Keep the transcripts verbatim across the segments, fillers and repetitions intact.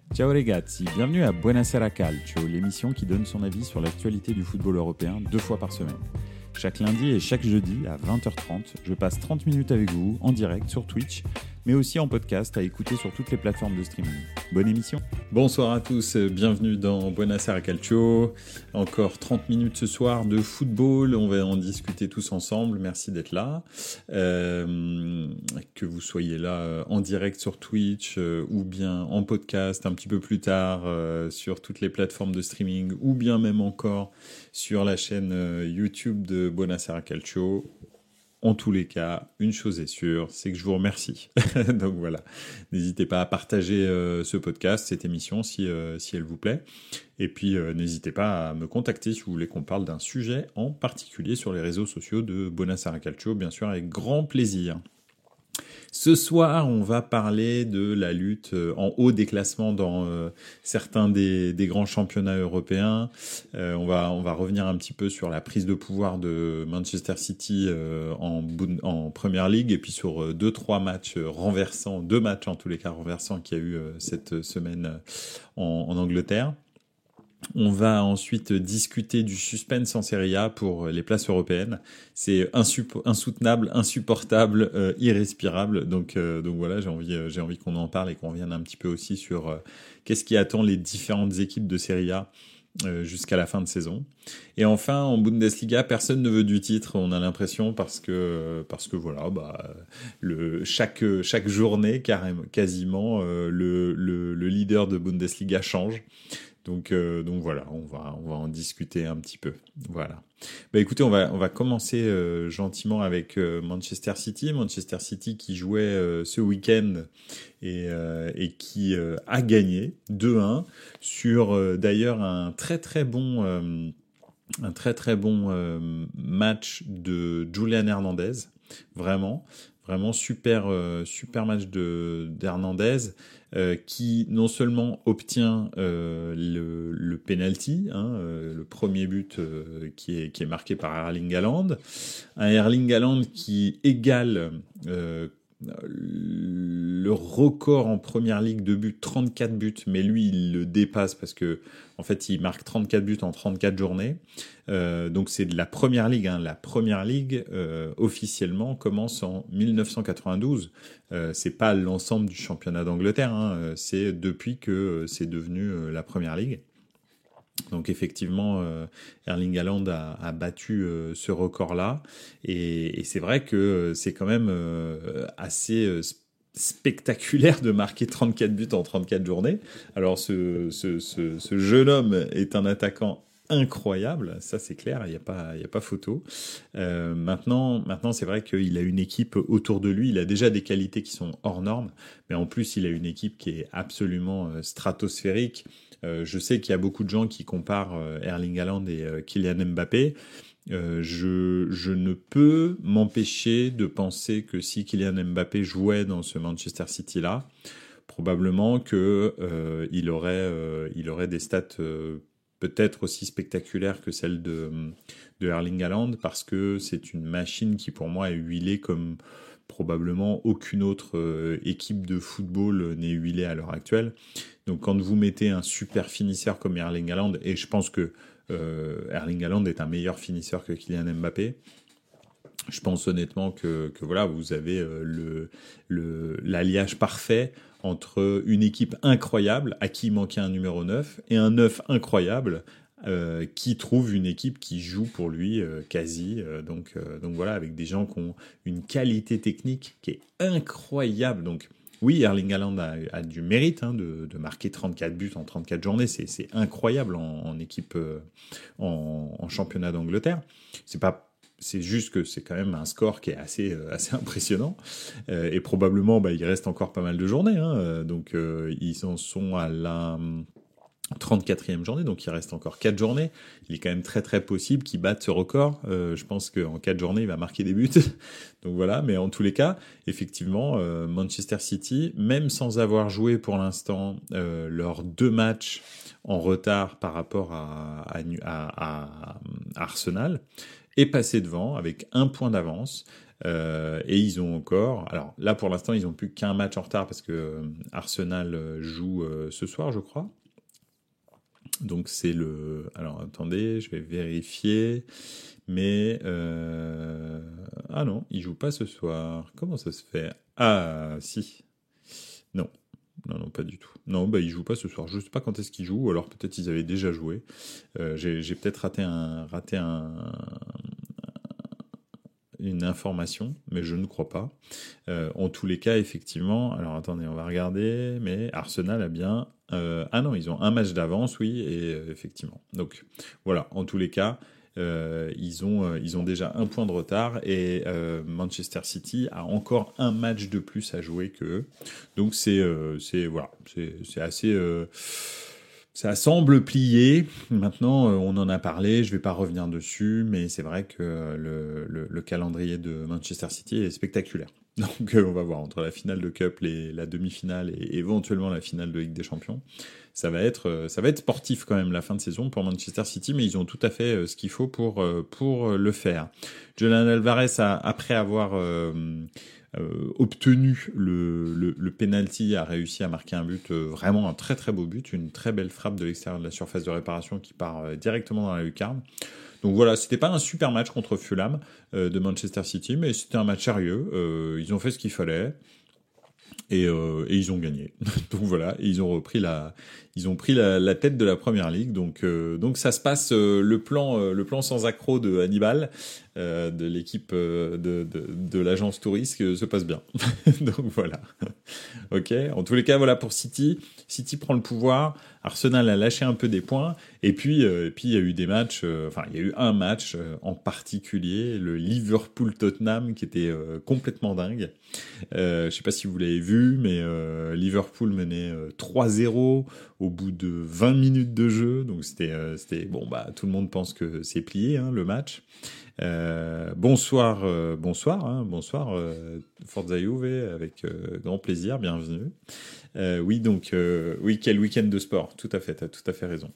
Ciao ragazzi, bienvenue à Buonasera Calcio, l'émission qui donne son avis sur l'actualité du football européen deux fois par semaine. Chaque lundi et chaque jeudi à vingt heures trente, je passe trente minutes avec vous en direct sur Twitch, mais aussi en podcast à écouter sur toutes les plateformes de streaming. Bonne émission. Bonsoir à tous, bienvenue dans Buonasera Calcio. Encore trente minutes ce soir de football, on va en discuter tous ensemble, merci d'être là. Euh, que vous soyez là en direct sur Twitch euh, ou bien en podcast un petit peu plus tard euh, sur toutes les plateformes de streaming ou bien même encore sur la chaîne euh, YouTube de Buonasera Calcio. En tous les cas, une chose est sûre, c'est que je vous remercie. Donc voilà, n'hésitez pas à partager euh, ce podcast, cette émission, si, euh, si elle vous plaît. Et puis, euh, n'hésitez pas à me contacter si vous voulez qu'on parle d'un sujet en particulier sur les réseaux sociaux de Buonasera Calcio, bien sûr, avec grand plaisir. Ce soir, on va parler de la lutte en haut des classements dans euh, certains des, des grands championnats européens. Euh, on va on va revenir un petit peu sur la prise de pouvoir de Manchester City euh, en, en Premier League et puis sur euh, deux trois matchs renversants, deux matchs en tous les cas renversants qu'il y a eu euh, cette semaine en, en Angleterre. On va ensuite discuter du suspense en Serie A pour les places européennes. C'est insup- insoutenable, insupportable, euh, irrespirable. Donc, euh, donc voilà, j'ai envie, euh, j'ai envie qu'on en parle et qu'on revienne un petit peu aussi sur euh, qu'est-ce qui attend les différentes équipes de Serie A euh, jusqu'à la fin de saison. Et enfin, en Bundesliga, personne ne veut du titre. On a l'impression parce que parce que voilà, bah le chaque chaque journée, carrément, quasiment, euh, le, le le leader de Bundesliga change. Donc, euh, donc voilà, on va, on va en discuter un petit peu. Voilà. Bah écoutez, on va, on va commencer euh, gentiment avec euh, Manchester City. Manchester City qui jouait euh, ce week-end et, euh, et qui euh, a gagné deux un sur euh, d'ailleurs un très très bon, euh, un très très bon euh, match de Julian Hernandez. Vraiment. Vraiment super, euh, super match de d'Hernandez euh, qui non seulement obtient euh, le, le penalty, hein, euh, le premier but euh, qui est qui est marqué par Erling Haaland, un Erling Haaland qui égale euh, le record en première ligue de buts, trente-quatre buts, mais lui il le dépasse parce que en fait il marque trente-quatre buts en trente-quatre journées. Euh, donc c'est de la première ligue, hein. La première ligue euh, officiellement commence en dix-neuf cent quatre-vingt-douze. Euh, c'est pas l'ensemble du championnat d'Angleterre, hein. C'est depuis que euh, c'est devenu euh, la première ligue. Donc effectivement, euh, Erling Haaland a, a battu euh, ce record-là, et, et c'est vrai que c'est quand même euh, assez euh, spectaculaire de marquer trente-quatre buts en trente-quatre journées. Alors ce, ce, ce, ce jeune homme est un attaquant incroyable, ça c'est clair, il n'y a pas, il y a pas photo. Euh, maintenant, maintenant c'est vrai qu'il a une équipe autour de lui, il a déjà des qualités qui sont hors normes, mais en plus il a une équipe qui est absolument stratosphérique. Euh, je sais qu'il y a beaucoup de gens qui comparent euh, Erling Haaland et euh, Kylian Mbappé. Euh, je, je ne peux m'empêcher de penser que si Kylian Mbappé jouait dans ce Manchester City-là, probablement que euh, il aurait, euh, il aurait des stats euh, peut-être aussi spectaculaires que celles de, de Erling Haaland, parce que c'est une machine qui pour moi est huilée comme probablement aucune autre euh, équipe de football n'est huilée à l'heure actuelle. Donc quand vous mettez un super finisseur comme Erling Haaland, et je pense que euh, Erling Haaland est un meilleur finisseur que Kylian Mbappé, je pense honnêtement que, que voilà, vous avez euh, le, le, l'alliage parfait entre une équipe incroyable à qui il manquait un numéro neuf et un neuf incroyable euh, qui trouve une équipe qui joue pour lui euh, quasi. Euh, donc, euh, donc voilà, avec des gens qui ont une qualité technique qui est incroyable. Donc oui, Erling Haaland a, a du mérite hein, de, de marquer trente-quatre buts en trente-quatre journées. C'est, c'est incroyable en, en équipe, euh, en, en championnat d'Angleterre. C'est pas C'est juste que c'est quand même un score qui est assez, euh, assez impressionnant. Euh, et probablement, bah, il reste encore pas mal de journées. Hein, donc, euh, ils en sont à la trente-quatrième journée, donc il reste encore quatre journées. Il est quand même très très possible qu'il batte ce record. Euh, je pense qu'en quatre journées, il va marquer des buts. Donc voilà, mais en tous les cas, effectivement, euh, Manchester City, même sans avoir joué pour l'instant euh, leurs deux matchs en retard par rapport à, à, à, à Arsenal, est passé devant avec un point d'avance. Euh, et ils ont encore... Alors là, pour l'instant, ils ont plus qu'un match en retard parce que euh, Arsenal joue euh, ce soir, je crois. Donc c'est le... Alors attendez, je vais vérifier. Mais... Euh... Ah non, ils jouent pas ce soir. Comment ça se fait? Ah, si. Non. Non, non, pas du tout. Non, bah ils jouent pas ce soir. Je sais pas quand est-ce qu'ils jouent, ou alors peut-être ils avaient déjà joué. Euh, j'ai, j'ai peut-être raté un, raté un, une information, mais je ne crois pas. Euh, en tous les cas, effectivement. Alors attendez, on va regarder. Mais Arsenal a bien. Euh, ah non, ils ont un match d'avance, oui, et euh, effectivement. Donc voilà. En tous les cas. Euh, ils ont euh, ils ont déjà un point de retard et euh, Manchester City a encore un match de plus à jouer qu'eux. Donc c'est euh, c'est voilà c'est c'est assez euh, ça semble plier. Maintenant euh, on en a parlé, je vais pas revenir dessus, mais c'est vrai que le, le le calendrier de Manchester City est spectaculaire. Donc euh, on va voir entre la finale de Cup, les, la demi-finale et éventuellement la finale de Ligue des Champions. Ça va être, ça va être sportif quand même la fin de saison pour Manchester City, mais ils ont tout à fait ce qu'il faut pour pour le faire. Julian Alvarez a, après avoir euh, euh, obtenu le, le le penalty, a réussi à marquer un but, euh, vraiment un très très beau but, une très belle frappe de l'extérieur de la surface de réparation qui part euh, directement dans la lucarne. Donc voilà, c'était pas un super match contre Fulham euh, de Manchester City, mais c'était un match sérieux. Euh, ils ont fait ce qu'il fallait. Et, euh, et ils ont gagné. Donc voilà, et ils ont repris la, ils ont pris la, la tête de la première ligue. Donc euh, donc ça se passe euh, le plan, euh, le plan sans accroc de Hannibal, euh, de l'équipe euh, de, de de l'agence touriste euh, se passe bien. Donc voilà. Ok. En tous les cas, voilà pour City. City prend le pouvoir. Arsenal a lâché un peu des points. Et puis euh, et puis il y a eu des matchs. Euh, enfin, il y a eu un match euh, en particulier, le Liverpool-Tottenham, qui était euh, complètement dingue. Euh, je sais pas si vous l'avez vu, mais euh, Liverpool menait euh, trois zéro au bout de vingt minutes de jeu. Donc c'était, euh, c'était bon, bah tout le monde pense que c'est plié, hein, le match. Euh, bonsoir, euh, bonsoir, hein, bonsoir, euh, Forza Juve, avec euh, grand plaisir, bienvenue. Euh, oui, donc euh, oui, quel week-end de sport, tout à fait, t'as tout à fait raison.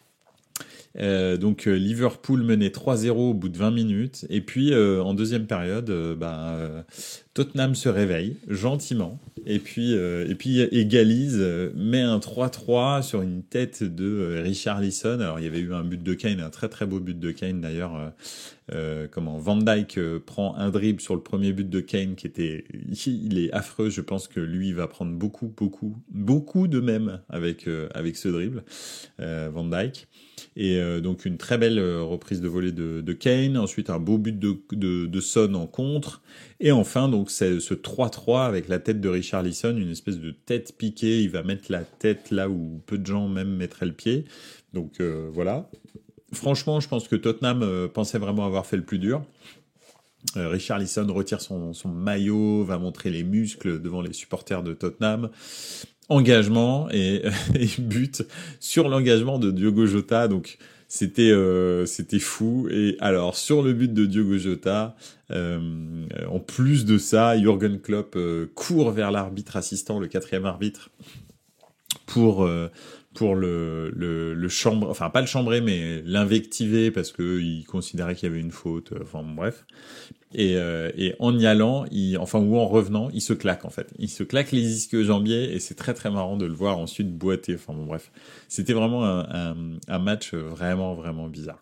Euh, donc euh, Liverpool menait trois zéro au bout de vingt minutes et puis euh, en deuxième période euh, bah, euh, Tottenham se réveille gentiment et puis euh, et puis égalise, euh, met un trois trois sur une tête de euh, Richarlison. Alors il y avait eu un but de Kane, un très très beau but de Kane d'ailleurs. Euh, euh, comment Van Dijk euh, prend un dribble sur le premier but de Kane qui était, il est affreux. Je pense que lui va prendre beaucoup beaucoup beaucoup de même avec euh, avec ce dribble, euh, Van Dijk. Et euh, donc une très belle euh, reprise de volée de, de Kane, ensuite un beau but de, de, de Son en contre, et enfin donc c'est ce trois trois avec la tête de Richarlison, une espèce de tête piquée, il va mettre la tête là où peu de gens même mettraient le pied, donc euh, voilà. Franchement, je pense que Tottenham euh, pensait vraiment avoir fait le plus dur. Euh, Richarlison retire son, son maillot, va montrer les muscles devant les supporters de Tottenham. Engagement et, et but sur l'engagement de Diogo Jota, donc c'était euh, c'était fou. Et alors sur le but de Diogo Jota, euh, en plus de ça, Jürgen Klopp euh, court vers l'arbitre assistant, le quatrième arbitre, pour euh, pour le le le chambre, enfin pas le chambrer mais l'invectiver parce que il considérait qu'il y avait une faute. Enfin bon, bref. Et, euh, et en y allant, il, enfin ou en revenant, il se claque en fait. Il se claque les ischio-jambiers et c'est très très marrant de le voir ensuite boiter. Enfin bon bref, c'était vraiment un, un, un match vraiment vraiment bizarre.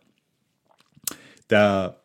T'as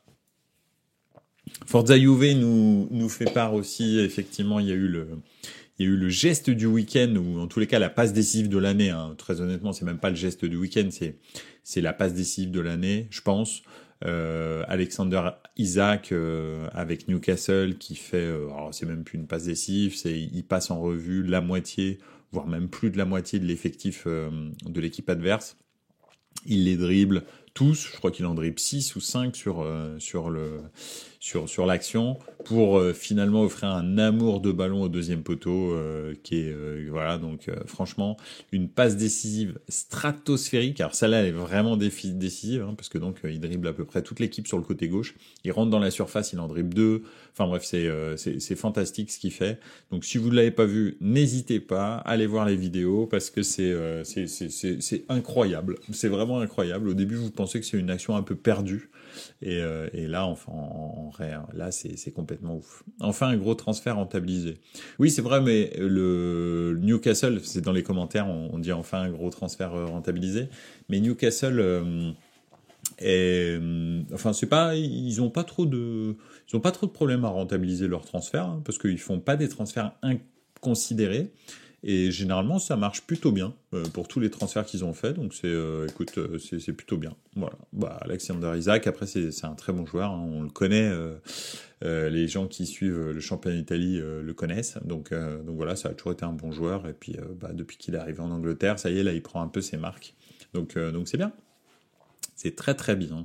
Forza Juve nous nous fait part aussi, effectivement, il y a eu le il y a eu le geste du week-end ou en tous les cas la passe décisive de l'année. Hein. Très honnêtement, c'est même pas le geste du week-end, c'est c'est la passe décisive de l'année, je pense. Euh, Alexander Isak euh, avec Newcastle qui fait, euh, alors c'est même plus une passe décisive, c'est il passe en revue la moitié, voire même plus de la moitié de l'effectif euh, de l'équipe adverse. Il les dribble tous, je crois qu'il en dribble six ou cinq sur euh, sur le sur sur l'action pour euh, finalement offrir un amour de ballon au deuxième poteau euh, qui est euh, voilà donc euh, franchement une passe décisive stratosphérique. Alors celle-là elle est vraiment défi- décisive hein, parce que donc euh, il dribble à peu près toute l'équipe sur le côté gauche, il rentre dans la surface, il en dribble deux. Enfin bref, c'est euh, c'est c'est fantastique ce qu'il fait. Donc si vous ne l'avez pas vu, n'hésitez pas, allez voir les vidéos parce que c'est euh, c'est c'est c'est c'est incroyable. C'est vraiment incroyable. Au début vous pensais que c'est une action un peu perdue. Et, euh, et là, enfin, en, en, là, c'est, c'est complètement ouf. Enfin, un gros transfert rentabilisé. Oui, c'est vrai, mais le Newcastle, c'est dans les commentaires, on, on dit enfin un gros transfert rentabilisé. Mais Newcastle, euh, est, euh, enfin, c'est pas, ils ont pas trop de, ils ont pas trop de problèmes à rentabiliser leurs transferts, hein, parce qu'ils font pas des transferts inconsidérés. Et généralement, ça marche plutôt bien euh, pour tous les transferts qu'ils ont fait. Donc, c'est, euh, écoute, euh, c'est, c'est plutôt bien. Voilà. Bah, Alexander Isak, après, c'est, c'est un très bon joueur. Hein, on le connaît. Euh, euh, les gens qui suivent le championnat d'Italie euh, le connaissent. Donc, euh, donc voilà, ça a toujours été un bon joueur. Et puis, euh, bah, depuis qu'il est arrivé en Angleterre, ça y est, là, il prend un peu ses marques. Donc, euh, donc c'est bien. C'est très très bien.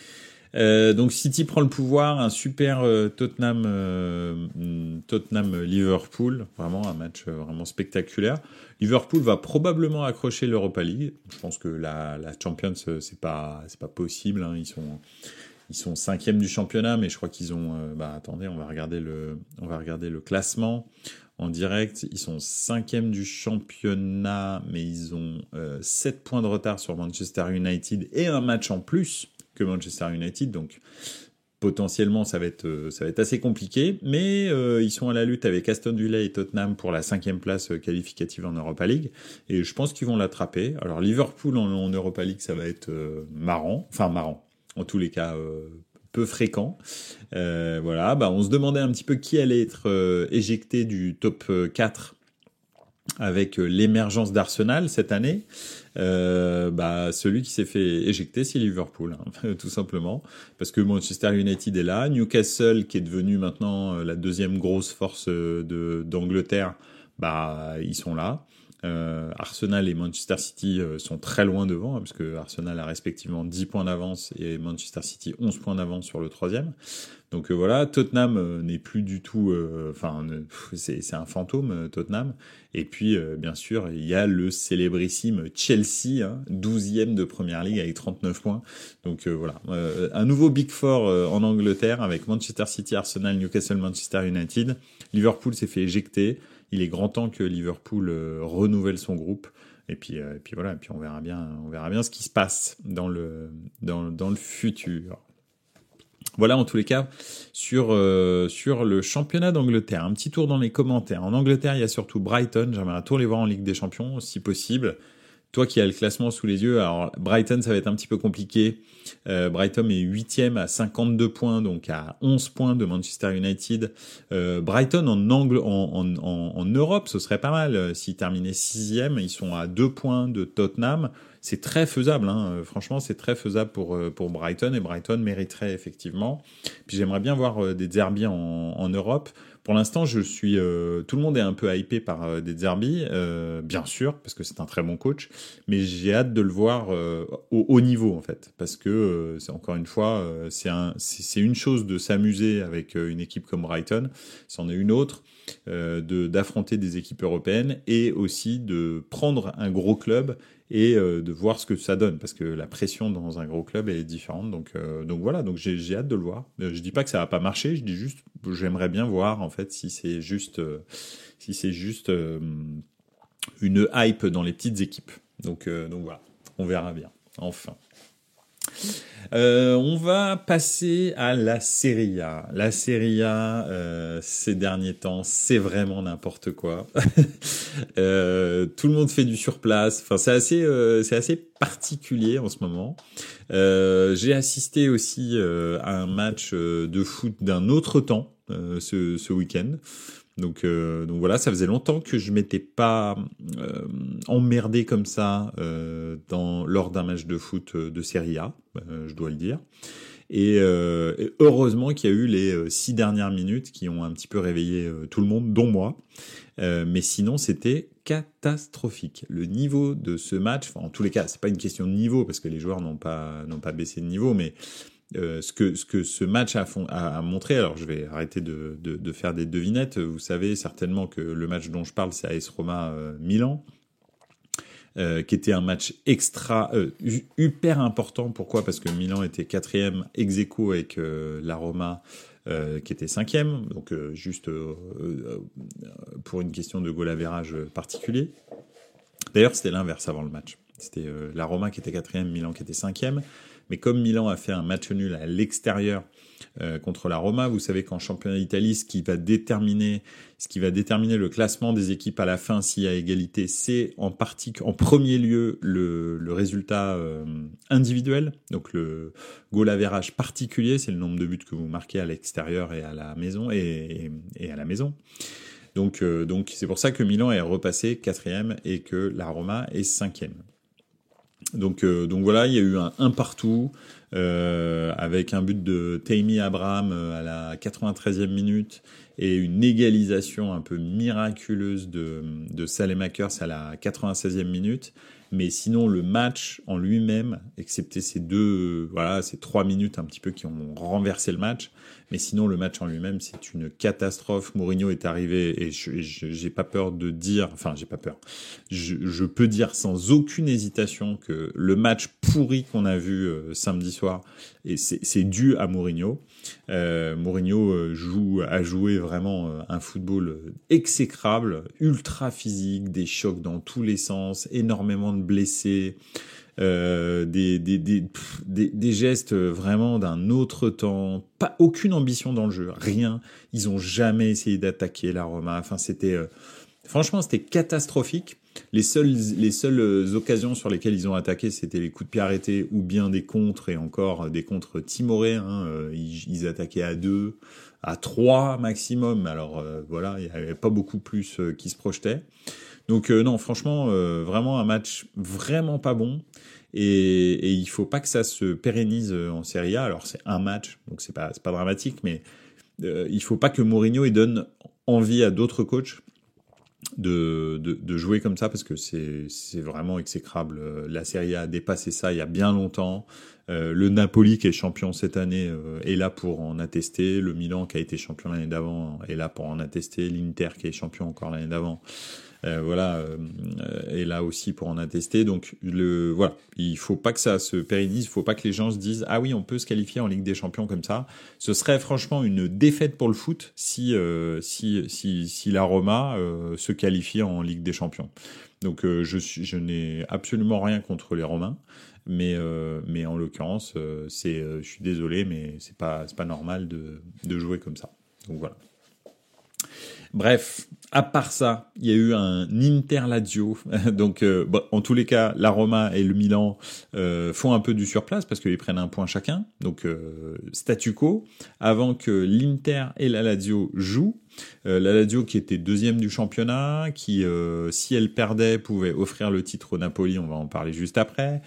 Euh, donc City prend le pouvoir, un super euh, Tottenham, euh, Tottenham Liverpool, vraiment un match euh, vraiment spectaculaire. Liverpool va probablement accrocher l'Europa League. Je pense que la, la Champions c'est pas c'est pas possible. Hein. Ils sont ils sont cinquième du championnat, mais je crois qu'ils ont. Euh, bah attendez, on va regarder le on va regarder le classement en direct. Ils sont cinquième du championnat, mais ils ont euh, sept points de retard sur Manchester United et un match en plus que Manchester United, donc potentiellement ça va être euh, ça va être assez compliqué, mais euh, ils sont à la lutte avec Aston Villa et Tottenham pour la cinquième place qualificative en Europa League, et je pense qu'ils vont l'attraper. Alors Liverpool en, en Europa League, ça va être euh, marrant, enfin marrant, en tous les cas euh, peu fréquent. Euh, voilà, bah on se demandait un petit peu qui allait être euh, éjecté du top quatre avec l'émergence d'Arsenal cette année. Euh, bah celui qui s'est fait éjecter, c'est Liverpool, hein, tout simplement, parce que Manchester United est là, Newcastle qui est devenu maintenant la deuxième grosse force de d'Angleterre, bah ils sont là. Euh, Arsenal et Manchester City euh, sont très loin devant, hein, parce que Arsenal a respectivement dix points d'avance et Manchester City onze points d'avance sur le troisième. Donc euh, voilà, Tottenham euh, n'est plus du tout, enfin euh, c'est, c'est un fantôme euh, Tottenham. Et puis euh, bien sûr il y a le célébrissime Chelsea, hein, douzième de Première Ligue avec trente-neuf points. Donc euh, voilà, euh, un nouveau Big Four euh, en Angleterre avec Manchester City, Arsenal, Newcastle, Manchester United. Liverpool s'est fait éjecter. Il est grand temps que Liverpool euh, renouvelle son groupe. Et puis, euh, et puis voilà, et puis on verra bien, on verra bien ce qui se passe dans le dans dans le futur. Voilà, en tous les cas, sur euh, sur le championnat d'Angleterre. Un petit tour dans les commentaires. En Angleterre, il y a surtout Brighton. J'aimerais tout les voir en Ligue des Champions, si possible. Toi qui as le classement sous les yeux, alors Brighton, ça va être un petit peu compliqué. Euh, Brighton est huitième à cinquante-deux points, donc à onze points de Manchester United. Euh, Brighton en, Angle, en, en, en, en Europe, ce serait pas mal. S'ils terminaient sixième, ils sont à deux points de Tottenham. C'est très faisable, hein. Franchement, c'est très faisable pour pour Brighton, et Brighton mériterait effectivement. Puis j'aimerais bien voir des derbies en, en Europe. Pour l'instant, je suis euh, tout le monde est un peu hypé par euh, des derbies, euh, bien sûr, parce que c'est un très bon coach, mais j'ai hâte de le voir euh, au haut niveau en fait, parce que euh, c'est encore une fois, euh, c'est un, c'est, c'est une chose de s'amuser avec euh, une équipe comme Brighton, c'en est une autre euh, de d'affronter des équipes européennes et aussi de prendre un gros club et euh, de voir ce que ça donne, parce que la pression dans un gros club est différente. Donc, euh, donc voilà, donc j'ai, j'ai hâte de le voir. Euh, je dis pas que ça va pas marcher, je dis juste, j'aimerais bien voir en fait si c'est juste, euh, si c'est juste euh, une hype dans les petites équipes. Donc, euh, donc voilà, on verra bien. Enfin. Euh, on va passer à la Serie A. La Serie A, euh, ces derniers temps, c'est vraiment n'importe quoi. euh, tout le monde fait du surplace. Enfin, c'est assez, euh, c'est assez particulier en ce moment. Euh, j'ai assisté aussi euh, à un match de foot d'un autre temps euh, ce, ce week-end. Donc, euh, donc voilà, ça faisait longtemps que je m'étais pas euh, emmerdé comme ça euh, dans lors d'un match de foot de Serie A, euh, je dois le dire. Et, euh, et heureusement qu'il y a eu les euh, six dernières minutes qui ont un petit peu réveillé euh, tout le monde, dont moi. Euh, mais sinon, c'était catastrophique. Le niveau de ce match, enfin, en tous les cas, c'est pas une question de niveau parce que les joueurs n'ont pas n'ont pas baissé de niveau, mais Euh, ce que ce que ce match a, fond, a, a montré, alors je vais arrêter de, de de faire des devinettes. Vous savez certainement que le match dont je parle, c'est A S Roma euh, Milan, euh, qui était un match extra euh, hyper important. Pourquoi ? Parce que Milan était quatrième ex aequo avec euh, la Roma, euh, qui était cinquième, donc euh, juste euh, euh, pour une question de goal average particulier. D'ailleurs, c'était l'inverse avant le match. C'était euh, la Roma qui était quatrième, Milan qui était cinquième. Mais comme Milan a fait un match nul à l'extérieur euh, contre la Roma, vous savez qu'en championnat d'Italie, ce qui va déterminer, ce qui va déterminer le classement des équipes à la fin, s'il y a égalité, c'est en partie, en premier lieu, le, le résultat euh, individuel. Donc le goal average particulier, c'est le nombre de buts que vous marquez à l'extérieur et à la maison et, et, et à la maison. Donc, euh, donc c'est pour ça que Milan est repassé quatrième et que la Roma est cinquième. Donc, euh, donc voilà, il y a eu un un partout euh, avec un but de Tammy Abraham à la quatre-vingt-treizième minute et une égalisation un peu miraculeuse de, de Saelemaekers à la quatre-vingt-seizième minute. Mais sinon, le match en lui-même, excepté ces deux, voilà, ces trois minutes un petit peu qui ont renversé le match, mais sinon, le match en lui-même, c'est une catastrophe. Mourinho est arrivé, et je, je, j'ai pas peur de dire, enfin, j'ai pas peur. Je, je peux dire sans aucune hésitation que le match pourri qu'on a vu euh, samedi soir, et c'est, c'est dû à Mourinho. Euh, Mourinho joue, a joué vraiment un football exécrable, ultra physique, des chocs dans tous les sens, énormément de blessés, euh, des, des, des, pff, des, des gestes vraiment d'un autre temps, pas aucune ambition dans le jeu, rien. Ils ont jamais essayé d'attaquer la Roma. Enfin, c'était, euh, franchement, c'était catastrophique. Les seules, les seules occasions sur lesquelles ils ont attaqué, c'était les coups de pied arrêtés ou bien des contres, et encore des contres timorés. Hein. Ils, ils attaquaient à deux, à trois maximum. Alors euh, voilà, il n'y avait pas beaucoup plus euh, qui se projetaient. Donc euh, non, franchement, euh, vraiment un match vraiment pas bon. Et, et il faut pas que ça se pérennise en Serie A. Alors c'est un match, donc c'est pas, c'est pas dramatique, mais euh, il faut pas que Mourinho il donne envie à d'autres coachs de, de, de jouer comme ça, parce que c'est, c'est vraiment exécrable. La Serie A a dépassé ça il y a bien longtemps. Euh, le Napoli qui est champion cette année euh, est là pour en attester. Le Milan qui a été champion l'année d'avant est là pour en attester. L'Inter qui est champion encore l'année d'avant euh, voilà, euh, est là aussi pour en attester. Donc le voilà, il faut pas que ça se pérennise, il faut pas que les gens se disent ah oui on peut se qualifier en Ligue des Champions comme ça. Ce serait franchement une défaite pour le foot si euh, si si si la Roma euh, se qualifie en Ligue des Champions. Donc euh, je suis je n'ai absolument rien contre les Romains. Mais euh, mais en l'occurrence, euh, c'est, euh, je suis désolé, mais c'est pas c'est pas normal de de jouer comme ça. Donc voilà. Bref, à part ça, il y a eu un Inter-Lazio. Donc, euh, bon, en tous les cas, la Roma et le Milan euh, font un peu du surplace parce qu'ils prennent un point chacun. Donc, euh, statu quo. Avant que l'Inter et la Lazio jouent, euh, la Lazio qui était deuxième du championnat, qui, euh, si elle perdait, pouvait offrir le titre au Napoli. On va en parler juste après.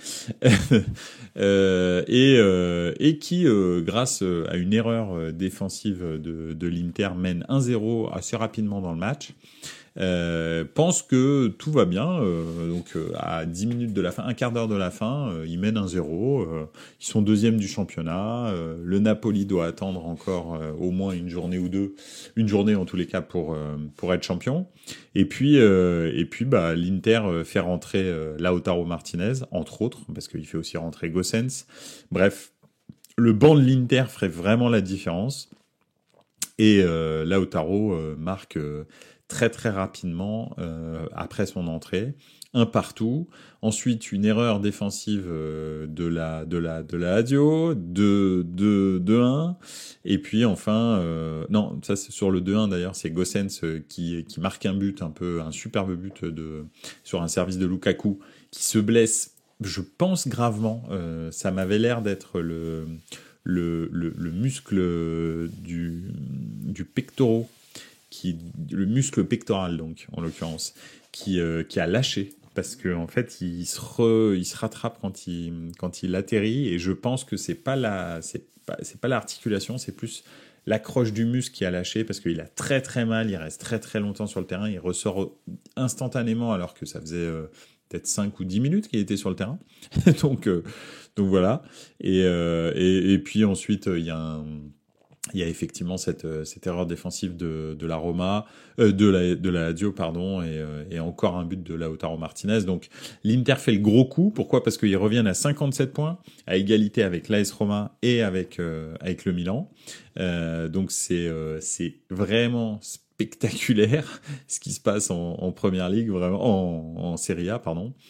euh, et, euh, et qui, euh, grâce à une erreur défensive de, de l'Inter, mène un zéro assez rapidement dans le match. Euh, pense que tout va bien, euh, donc euh, à dix minutes de la fin, un quart d'heure de la fin, euh, ils mènent un zéro, euh, ils sont deuxième du championnat, euh, le Napoli doit attendre encore euh, au moins une journée ou deux, une journée en tous les cas pour euh, pour être champion, et puis euh, et puis bah l'Inter fait rentrer euh, Lautaro Martinez entre autres, parce qu'il fait aussi rentrer Gosens. Bref, le banc de l'Inter ferait vraiment la différence. Et euh, Lautaro euh, marque euh, très très rapidement euh, après son entrée, un partout. Ensuite, une erreur défensive euh, de la de la de la Lazio, deux un. Et puis enfin, euh, non, ça c'est sur le deux un d'ailleurs, c'est Gosens euh, qui qui marque un but, un peu un superbe but de sur un service de Lukaku, qui se blesse, je pense gravement. Euh, ça m'avait l'air d'être le Le, le, le muscle du, du pectoral, qui, le muscle pectoral donc en l'occurrence, qui, euh, qui a lâché parce que en fait il se, re, il se rattrape quand il, quand il atterrit, et je pense que c'est pas la, c'est pas, c'est pas l'articulation, c'est plus l'accroche du muscle qui a lâché, parce qu'il a très très mal, il reste très très longtemps sur le terrain, il ressort instantanément alors que ça faisait euh, peut-être cinq ou dix minutes qu'il était sur le terrain. donc, euh, donc voilà. Et, euh, et, et puis ensuite, il y a un, il y a effectivement cette, cette erreur défensive de, de la Roma, euh, de la, de la Lazio, pardon, et, euh, et encore un but de Lautaro Martinez. Donc, l'Inter fait le gros coup. Pourquoi? Parce qu'ils reviennent à cinquante-sept points, à égalité avec l'A S Roma et avec, euh, avec le Milan. Euh, donc, c'est, euh, c'est vraiment spectaculaire ce qui se passe en, en première ligue, vraiment, en, en Serie A, pardon.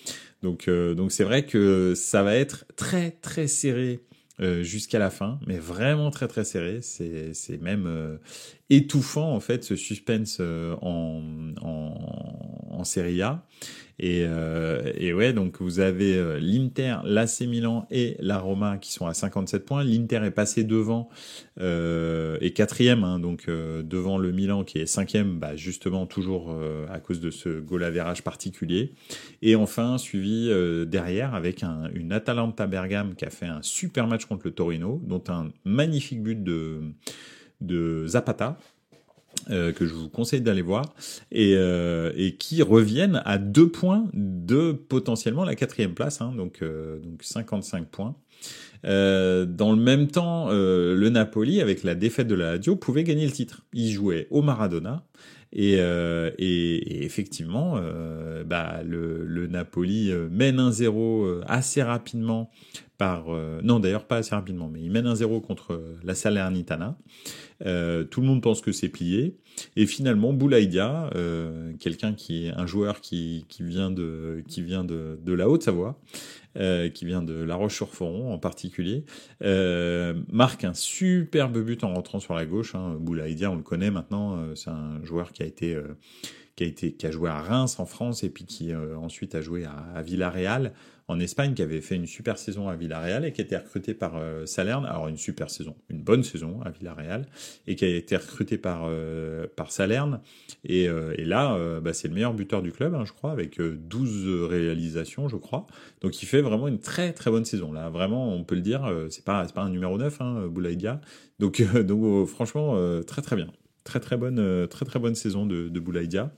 Donc, euh, donc c'est vrai que ça va être très très serré euh, jusqu'à la fin, mais vraiment très très serré. C'est c'est même euh, étouffant en fait ce suspense euh, en, en en Serie A. Et, euh, et ouais, donc vous avez euh, l'Inter, l'A C Milan et la Roma qui sont à cinquante-sept points. L'Inter est passé devant euh, et quatrième, hein, donc euh, devant le Milan qui est cinquième, bah, justement toujours euh, à cause de ce goal average particulier. Et enfin suivi euh, derrière avec un, une Atalanta Bergame qui a fait un super match contre le Torino, dont un magnifique but de de Zapata. Euh, que je vous conseille d'aller voir, et, euh, et qui reviennent à deux points de potentiellement la quatrième place, hein, donc, euh, donc cinquante-cinq points. Euh, dans le même temps, euh, le Napoli, avec la défaite de la Lazio, pouvait gagner le titre. Il jouait au Maradona, et, euh, et, et effectivement, euh, bah, le, le Napoli mène un zéro assez rapidement par... Euh, non, d'ailleurs pas assez rapidement, mais il mène un zéro contre la Salernitana. Euh, tout le monde pense que c'est plié, et finalement Boulaïdia, euh, quelqu'un qui est un joueur qui qui vient de qui vient de de la Haute-Savoie, euh, qui vient de La Roche-sur-Foron en particulier, euh, marque un superbe but en rentrant sur la gauche. Hein. Boulaïdia, on le connaît maintenant, euh, c'est un joueur qui a été euh, qui a été qui a joué à Reims en France et puis qui euh, ensuite a joué à, à Villarreal en Espagne, qui avait fait une super saison à Villarreal et qui a été recruté par euh, Salerne. Alors une super saison, une bonne saison à Villarreal, et qui a été recruté par euh, par Salerne. Et, euh, et là, euh, bah, c'est le meilleur buteur du club, hein, je crois, avec euh, douze réalisations, je crois. Donc il fait vraiment une très très bonne saison. Là, vraiment, on peut le dire, euh, c'est pas c'est pas un numéro neuf, hein, Boulaïdia. Donc euh, donc euh, franchement, euh, très très bien, très très bonne euh, très très bonne saison de, de Boulaïdia.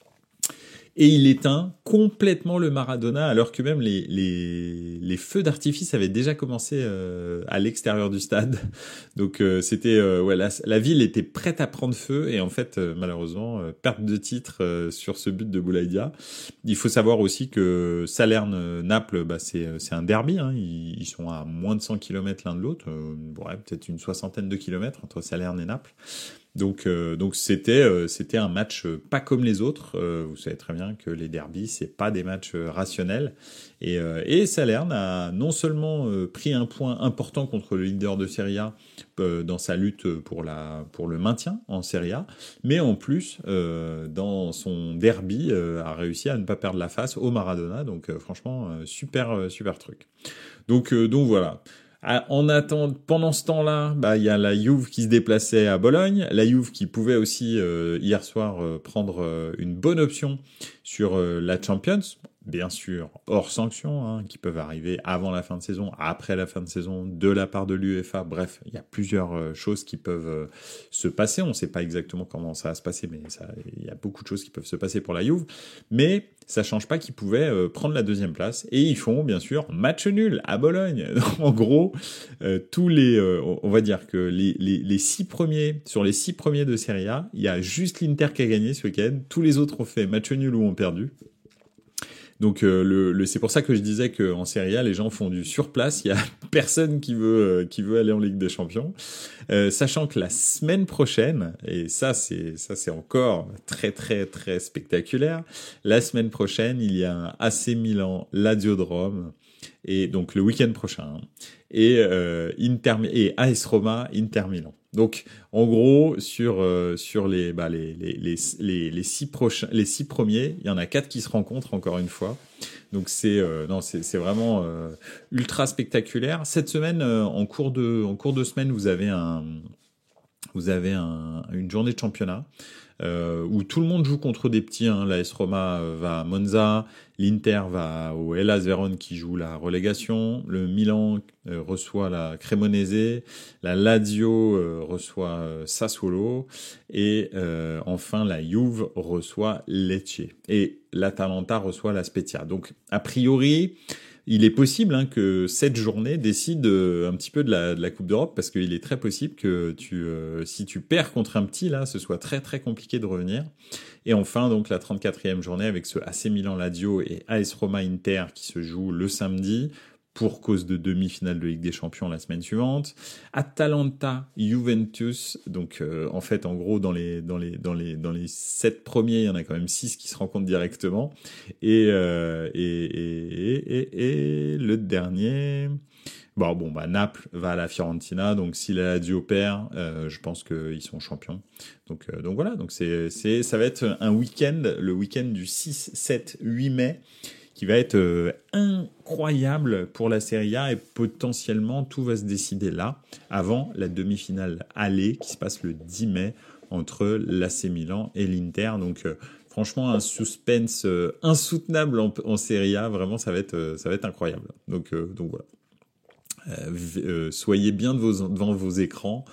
Et il éteint complètement le Maradona, alors que même les, les, les feux d'artifice avaient déjà commencé euh, à l'extérieur du stade. Donc euh, c'était euh, ouais, la, la ville était prête à prendre feu, et en fait euh, malheureusement euh, perte de titre euh, sur ce but de Boulaïdia. Il faut savoir aussi que Salerne-Naples, bah, c'est c'est un derby, hein. ils, ils sont à moins de cent kilomètres l'un de l'autre, euh, ouais, peut-être une soixantaine de kilomètres entre Salerne et Naples. Donc, euh, donc c'était, euh, c'était un match euh, pas comme les autres. Euh, vous savez très bien que les derbies, c'est pas des matchs euh, rationnels. Et, euh, et Salerne a non seulement euh, pris un point important contre le leader de Serie A euh, dans sa lutte pour la, pour le maintien en Serie A, mais en plus euh, dans son derby euh, a réussi à ne pas perdre la face au Maradona. Donc, euh, franchement, euh, super, euh, super truc. Donc, euh, donc voilà. En attendant, pendant ce temps-là, bah il y a la Juve qui se déplaçait à Bologne, la Juve qui pouvait aussi euh, hier soir euh, prendre euh, une bonne option sur euh, la Champions, bien sûr hors sanction, hein, qui peuvent arriver avant la fin de saison, après la fin de saison, de la part de l'UEFA. Bref, il y a plusieurs euh, choses qui peuvent euh, se passer. On ne sait pas exactement comment ça va se passer, mais ça, il y a beaucoup de choses qui peuvent se passer pour la Juve. Mais ça change pas qu'ils pouvaient euh, prendre la deuxième place, et ils font bien sûr match nul à Bologne. En gros, euh, tous les, euh, on va dire que les, les les six premiers, sur les six premiers de Serie A, il y a juste l'Inter qui a gagné ce week-end. Tous les autres ont fait match nul ou ont perdu. Donc euh, le, le c'est pour ça que je disais que en Serie A les gens font du surplace, il y a personne qui veut euh, qui veut aller en Ligue des Champions. Euh, sachant que la semaine prochaine, et ça c'est ça c'est encore très très très spectaculaire, la semaine prochaine, il y a un A C Milan Lazio de Rome, et donc le week-end prochain, et euh, Inter et A S Roma Inter Milan. Donc, en gros, sur euh, sur les bah les les les les les six prochains, les six premiers, il y en a quatre qui se rencontrent encore une fois. Donc c'est euh, non, c'est c'est vraiment euh, ultra spectaculaire. Cette semaine, euh, en cours de en cours de semaine, vous avez un vous avez un, une journée de championnat. Euh, où tout le monde joue contre des petits, hein. L'A S Roma euh, va à Monza, l'Inter va au Hellas Vérone qui joue la relégation, le Milan euh, reçoit la Cremonese, la Lazio euh, reçoit euh, Sassuolo, et euh, enfin la Juve reçoit Lecce, et l'Atalanta reçoit la Spezia. Donc a priori, il est possible, hein, que cette journée décide euh, un petit peu de la, de la Coupe d'Europe, parce qu'il est très possible que tu, euh, si tu perds contre un petit, là, ce soit très très compliqué de revenir. Et enfin, donc la trente-quatrième journée avec ce A C Milan Lazio et A S Roma Inter qui se joue le samedi. pour cause de demi-finale de Ligue des Champions la semaine suivante. Atalanta, Juventus. Donc, euh, en fait, en gros, dans les dans les dans les dans les sept premiers, il y en a quand même six qui se rencontrent directement. Et euh, et, et, et, et et le dernier. Bon, bon, bah Naples va à la Fiorentina, donc si la Lazio perd, euh, je pense qu'ils sont champions. Donc, euh, donc voilà, donc c'est c'est ça va être un week-end, le week-end du six, sept, huit mai, qui va être euh, incroyable pour la Serie A et potentiellement tout va se décider là, avant la demi-finale aller qui se passe le dix mai entre l'A C Milan et l'Inter. Donc euh, franchement, un suspense euh, insoutenable en, en Serie A, vraiment ça va être euh, ça va être incroyable. Donc euh, donc voilà. Euh, euh, soyez bien de vos, devant vos écrans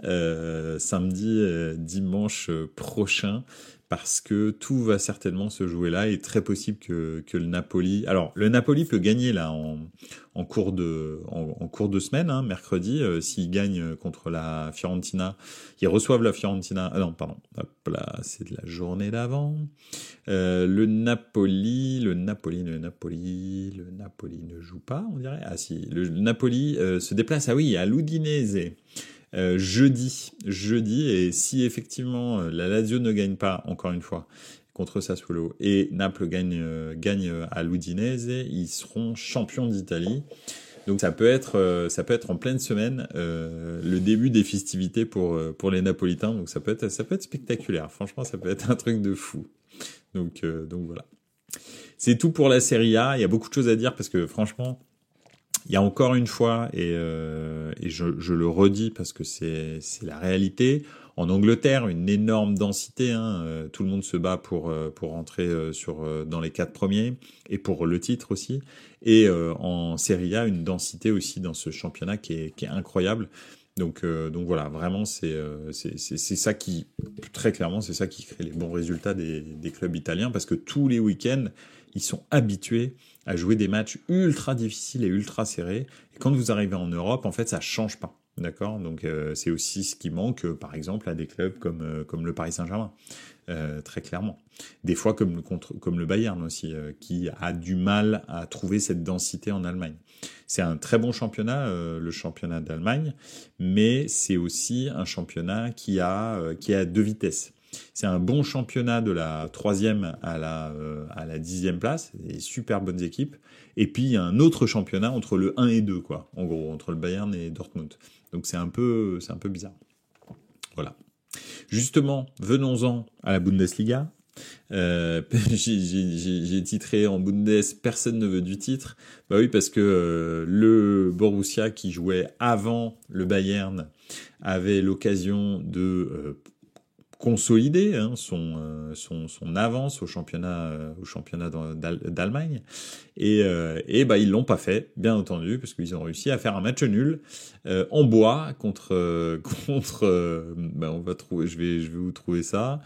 euh, samedi, euh, dimanche euh, prochain, parce que tout va certainement se jouer là, et très possible que, que le Napoli... Alors, le Napoli peut gagner là en, en, cours, de, en, en cours de semaine, hein, mercredi, euh, s'ils gagnent contre la Fiorentina. Ils reçoivent la Fiorentina... Ah non, pardon, hop là, c'est de la journée d'avant. Euh, le Napoli, le Napoli, le Napoli, le Napoli ne joue pas, on dirait. Ah si, le Napoli euh, se déplace, ah oui, à l'Udinese. Euh, jeudi, jeudi, et si effectivement euh, la Lazio ne gagne pas, encore une fois, contre Sassuolo, et Naples gagne, euh, gagne à l'Udinese, ils seront champions d'Italie. Donc ça peut être, euh, ça peut être en pleine semaine euh, le début des festivités pour euh, pour les Napolitains. Donc ça peut être, ça peut être spectaculaire. Franchement, ça peut être un truc de fou. Donc euh, donc voilà. C'est tout pour la Serie A. Il y a beaucoup de choses à dire parce que franchement, il y a encore une fois, et, euh, et je, je le redis parce que c'est, c'est la réalité, en Angleterre, une énorme densité, hein, euh, tout le monde se bat pour, euh, pour rentrer euh, sur, euh, dans les quatre premiers, et pour le titre aussi, et euh, en Serie A, une densité aussi dans ce championnat qui est, qui est incroyable. Donc, euh, donc voilà, vraiment, c'est, euh, c'est, c'est, c'est ça qui, très clairement, c'est ça qui crée les bons résultats des, des clubs italiens, parce que tous les week-ends, ils sont habitués à jouer des matchs ultra difficiles et ultra serrés. Et quand vous arrivez en Europe, en fait, ça change pas. D'accord ? Donc, euh, c'est aussi ce qui manque, euh, par exemple, à des clubs comme, euh, comme le Paris Saint-Germain, euh, très clairement. Des fois, comme le, contre, comme le Bayern aussi, euh, qui a du mal à trouver cette densité en Allemagne. C'est un très bon championnat, euh, le championnat d'Allemagne, mais c'est aussi un championnat qui a, euh, qui a deux vitesses. C'est un bon championnat de la troisième à la euh, à la dixième place, des super bonnes équipes. Et puis il y a un autre championnat entre le un et deux, quoi. En gros, entre le Bayern et Dortmund. Donc c'est un peu c'est un peu bizarre. Voilà. Justement, venons-en à la Bundesliga. Euh, j'ai, j'ai, j'ai titré en Bundes, personne ne veut du titre. Bah oui, parce que euh, le Borussia qui jouait avant le Bayern avait l'occasion de euh, consolider hein, son, euh, son son avance au championnat euh, au championnat d'Allemagne, et euh, et bah ils l'ont pas fait, bien entendu, parce qu'ils ont réussi à faire un match nul euh, en bois contre euh, contre euh, bah on va trouver je vais je vais vous trouver ça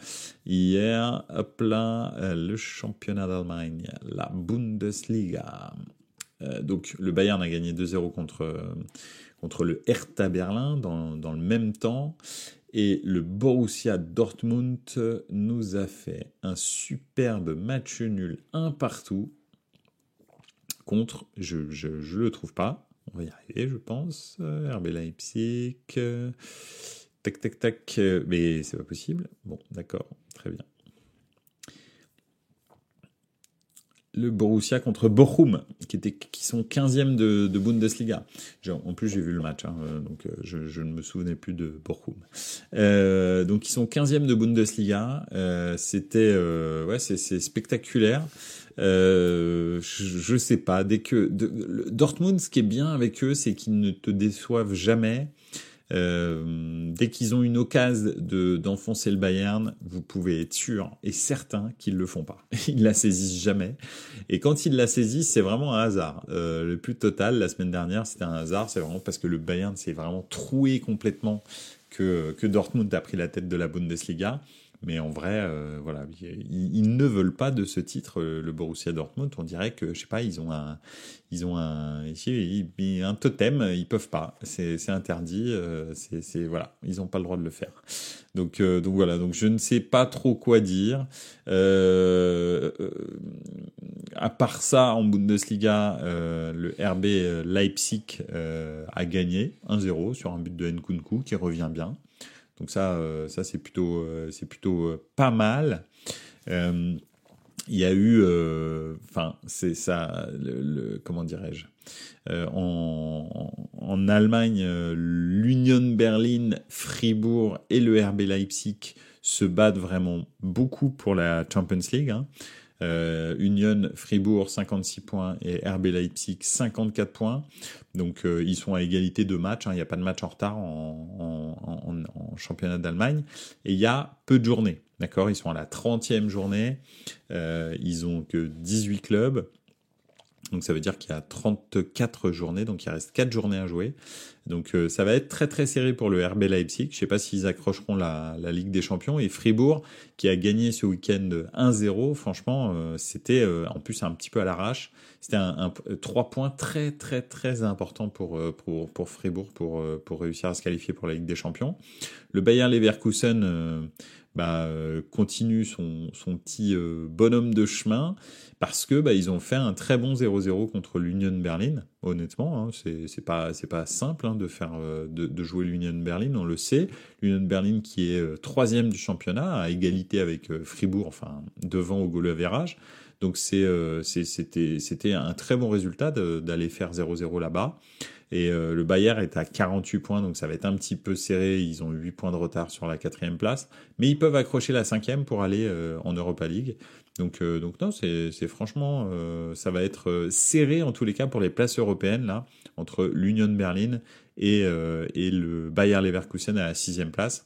hier, hop là, euh, le championnat d'Allemagne, la Bundesliga. Euh, donc le Bayern a gagné deux zéro contre euh, contre le Hertha Berlin dans dans le même temps. Et le Borussia Dortmund nous a fait un superbe match nul un partout contre, je je je le trouve pas, on va y arriver je pense, R B Leipzig, tac tac tac, mais c'est pas possible. Bon d'accord, très bien. Le Borussia contre Bochum, qui était, qui sont quinzième de, de Bundesliga. En plus, j'ai vu le match, hein, donc je, je ne me souvenais plus de Bochum. Euh, donc, ils sont quinzième de Bundesliga. Euh, c'était, euh, ouais, c'est, c'est spectaculaire. Euh, je, je sais pas. Dès que de, Dortmund, ce qui est bien avec eux, c'est qu'ils ne te déçoivent jamais. Euh, dès qu'ils ont une occasion de, d'enfoncer le Bayern, vous pouvez être sûr et certain qu'ils le font pas. Ils la saisissent jamais. Et quand ils la saisissent, c'est vraiment un hasard. Euh, le plus total, la semaine dernière, c'était un hasard. C'est vraiment parce que le Bayern s'est vraiment troué complètement que, que Dortmund a pris la tête de la Bundesliga. mais en vrai, euh, voilà, ils, ils ne veulent pas de ce titre, le Borussia Dortmund. On dirait que, je sais pas, ils ont un, ils ont un, ici, un totem, ils peuvent pas. C'est, c'est interdit. Euh, c'est, c'est, voilà, ils n'ont pas le droit de le faire. Donc, euh, donc voilà. Donc je ne sais pas trop quoi dire. Euh, euh, à part ça, en Bundesliga, euh, le R B Leipzig euh, a gagné un zéro sur un but de Nkunku qui revient bien. Donc ça, euh, ça c'est plutôt, euh, c'est plutôt euh, pas mal. Euh, Il y a eu, enfin, euh, c'est ça, le, le, comment dirais-je, euh, en, en Allemagne, euh, l'Union Berlin, Fribourg et le R B Leipzig se battent vraiment beaucoup pour la Champions League. Hein. Euh, Union Fribourg cinquante-six points et R B Leipzig cinquante-quatre points. Donc euh, ils sont à égalité de matchs. Hein. Il n'y a pas de match en retard en, en, en, en championnat d'Allemagne. Et il y a peu de journées. D'accord, ils sont à la trentième journée. Euh, ils ont que dix-huit clubs. Donc ça veut dire qu'il y a trente-quatre journées, donc il reste quatre journées à jouer. Donc euh, ça va être très très serré pour le R B Leipzig. Je ne sais pas s'ils accrocheront la, la Ligue des Champions. Et Fribourg, qui a gagné ce week-end un zéro, franchement, euh, c'était euh, en plus un petit peu à l'arrache. C'était un, un, trois points très très très importants pour, pour, pour Fribourg pour, pour réussir à se qualifier pour la Ligue des Champions. Le Bayer Leverkusen... Euh, bah, euh, continue son, son petit euh, bonhomme de chemin parce que bah, ils ont fait un très bon zéro zéro contre l'Union Berlin. Honnêtement, hein, c'est, c'est pas c'est pas simple hein, de faire euh, de, de jouer l'Union Berlin, on le sait. L'Union Berlin qui est euh, troisième du championnat à égalité avec euh, Fribourg, enfin devant au goal average. Donc c'est, euh, c'est c'était c'était un très bon résultat de, d'aller faire zéro zéro là-bas. Et euh, le Bayern est à quarante-huit points, donc ça va être un petit peu serré. Ils ont huit points de retard sur la quatrième place, mais ils peuvent accrocher la cinquième pour aller euh, en Europa League. Donc, euh, donc non, c'est, c'est franchement, euh, ça va être serré en tous les cas pour les places européennes là, entre l'Union Berlin et euh, et le Bayer Leverkusen à la sixième place.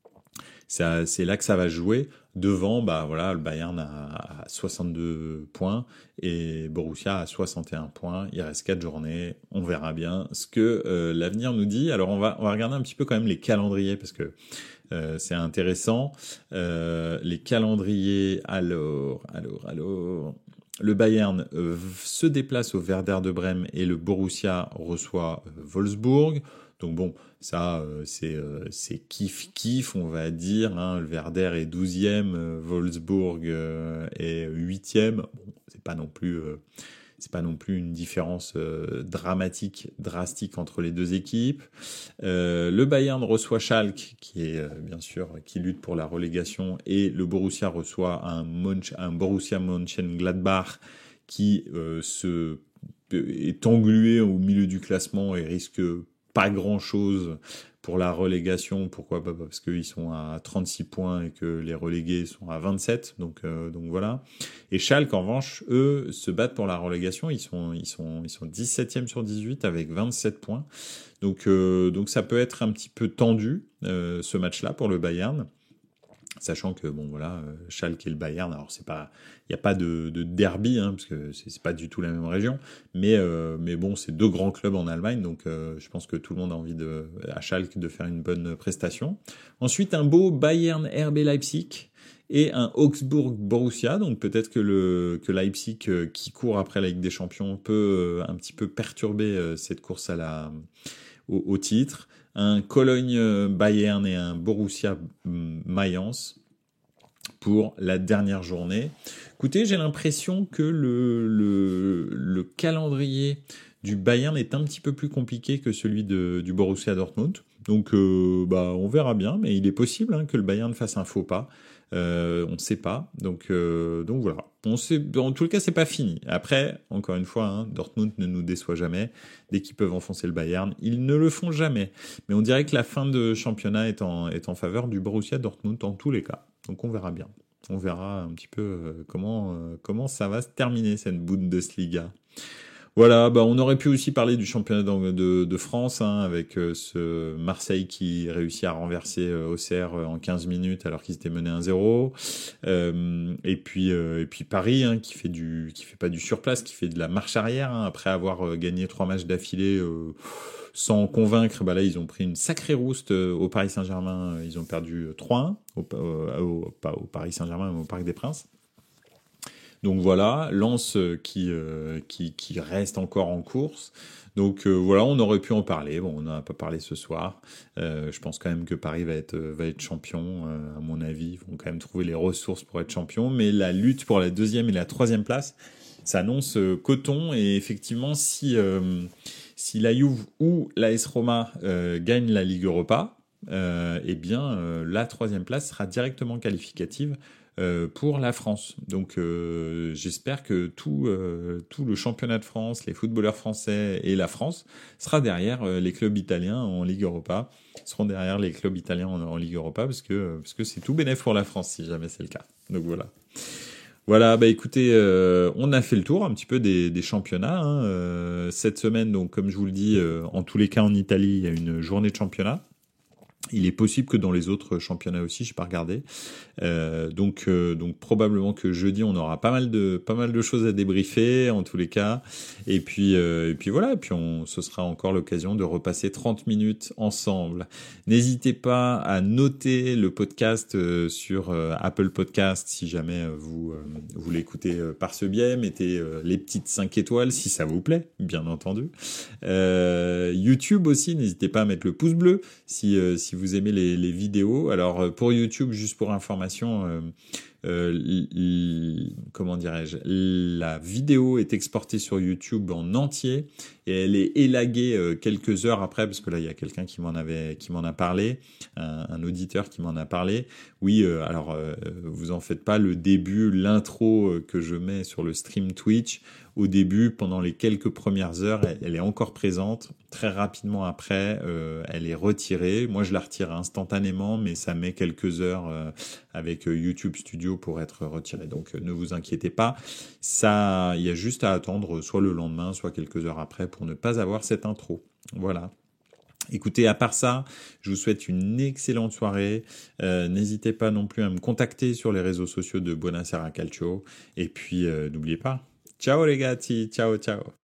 Ça, c'est là que ça va jouer. Devant, bah voilà, le Bayern a soixante-deux points et Borussia a soixante et un points. Il reste quatre journées. On verra bien ce que euh, l'avenir nous dit. Alors on va on va regarder un petit peu quand même les calendriers parce que euh, c'est intéressant. Euh, les calendriers. Alors, alors, alors. Le Bayern euh, se déplace au Werder de Brême et le Borussia reçoit euh, Wolfsburg. Donc bon, ça euh, c'est euh, c'est kiff kiff on va dire. Hein. Le Werder est douzième, euh, Wolfsburg euh, est huitième. Bon, c'est pas non plus euh, c'est pas non plus une différence euh, dramatique, drastique entre les deux équipes. Euh, le Bayern reçoit Schalke, qui est euh, bien sûr qui lutte pour la relégation, et le Borussia reçoit un, Monch, un Borussia Mönchengladbach qui euh, se est englué au milieu du classement et risque pas grand-chose pour la relégation. Pourquoi ? Bah, parce qu'ils sont à trente-six points et que les relégués sont à vingt-sept. Donc, euh, donc voilà. Et Schalke, en revanche, eux, se battent pour la relégation. Ils sont, ils sont, ils sont dix-septième sur dix-huit avec vingt-sept points. Donc, euh, donc ça peut être un petit peu tendu, euh, ce match-là pour le Bayern. Sachant que bon voilà, euh, Schalke et le Bayern, alors c'est pas, il y a pas de, de derby hein, parce que c'est, c'est pas du tout la même région, mais euh, mais bon c'est deux grands clubs en Allemagne, donc euh, je pense que tout le monde a envie de à Schalke de faire une bonne prestation. Ensuite un beau Bayern R B Leipzig et un Augsburg Borussia, donc peut-être que le que Leipzig euh, qui court après la Ligue des Champions peut euh, un petit peu perturber euh, cette course à la au, au titre. Un Cologne Bayern et un Borussia Mayence pour la dernière journée. Écoutez, j'ai l'impression que le, le, le calendrier du Bayern est un petit peu plus compliqué que celui de, du Borussia Dortmund. Donc, euh, bah, on verra bien, mais il est possible hein, que le Bayern fasse un faux pas. Euh, on ne sait pas. Donc, euh, donc voilà. On sait, en tout cas, c'est pas fini. Après, encore une fois, hein, Dortmund ne nous déçoit jamais. Dès qu'ils peuvent enfoncer le Bayern, ils ne le font jamais. Mais on dirait que la fin de championnat est en, est en faveur du Borussia Dortmund en tous les cas. Donc on verra bien. On verra un petit peu euh, comment, euh, comment ça va se terminer cette Bundesliga. Voilà, bah on aurait pu aussi parler du championnat de, de France hein, avec euh, ce Marseille qui réussit à renverser euh, Auxerre en quinze minutes alors qu'ils étaient menés un zéro. Euh, et puis euh, et puis Paris hein, qui fait du qui fait pas du surplace, qui fait de la marche arrière hein, après avoir euh, gagné trois matchs d'affilée. Euh, sans convaincre. Bah là, ils ont pris une sacrée rouste au Paris Saint-Germain. Ils ont perdu trois un, au, au, pas au Paris Saint-Germain, mais au Parc des Princes. Donc voilà, Lens qui, euh, qui, qui reste encore en course. Donc euh, voilà, on aurait pu en parler. Bon, on n'en a pas parlé ce soir. Euh, je pense quand même que Paris va être, va être champion. Euh, à mon avis, ils vont quand même trouver les ressources pour être champion. Mais la lutte pour la deuxième et la troisième place s'annonce euh, coton. Et effectivement, si, euh, si la Juve ou l'A S Roma euh, gagnent la Ligue Europa, euh, eh bien, euh, la troisième place sera directement qualificative Euh, pour la France. Donc euh, j'espère que tout, euh, tout le championnat de France, les footballeurs français et la France sera derrière euh, les clubs italiens en Ligue Europa, seront derrière les clubs italiens en, en Ligue Europa parce que parce que c'est tout bénef pour la France si jamais c'est le cas. Donc voilà. Voilà, bah écoutez, euh, on a fait le tour un petit peu des, des championnats. Hein. Euh, cette semaine, donc comme je vous le dis, euh, en tous les cas en Italie, il y a une journée de championnat. Il est possible que dans les autres championnats aussi, je n'ai pas regardé. Euh, donc, euh, donc probablement que jeudi, on aura pas mal de pas mal de choses à débriefer en tous les cas. Et puis euh, et puis voilà. Et puis on, ce sera encore l'occasion de repasser trente minutes ensemble. N'hésitez pas à noter le podcast euh, sur euh, Apple Podcast si jamais euh, vous euh, vous l'écoutez euh, par ce biais. Mettez euh, les petites cinq étoiles si ça vous plaît, bien entendu. Euh, YouTube aussi, n'hésitez pas à mettre le pouce bleu si euh, si vous aimez les, les vidéos. Alors pour YouTube, juste pour information, euh, euh, l- l- comment dirais-je, la vidéo est exportée sur YouTube en entier et elle est élaguée euh, quelques heures après, parce que là il y a quelqu'un qui m'en avait, qui m'en a parlé, un, un auditeur qui m'en a parlé. Oui, euh, alors euh, vous en faites pas, le début, l'intro euh, que je mets sur le stream Twitch, au début, pendant les quelques premières heures, elle, elle est encore présente. Très rapidement après, euh, elle est retirée. Moi, je la retire instantanément, mais ça met quelques heures euh, avec euh, YouTube Studio pour être retirée. Donc, euh, ne vous inquiétez pas. Ça, il y a juste à attendre soit le lendemain, soit quelques heures après pour ne pas avoir cette intro. Voilà. Écoutez, à part ça, je vous souhaite une excellente soirée. Euh, n'hésitez pas non plus à me contacter sur les réseaux sociaux de Buonasera Calcio. Et puis, euh, n'oubliez pas, ciao les gars, ciao, ciao.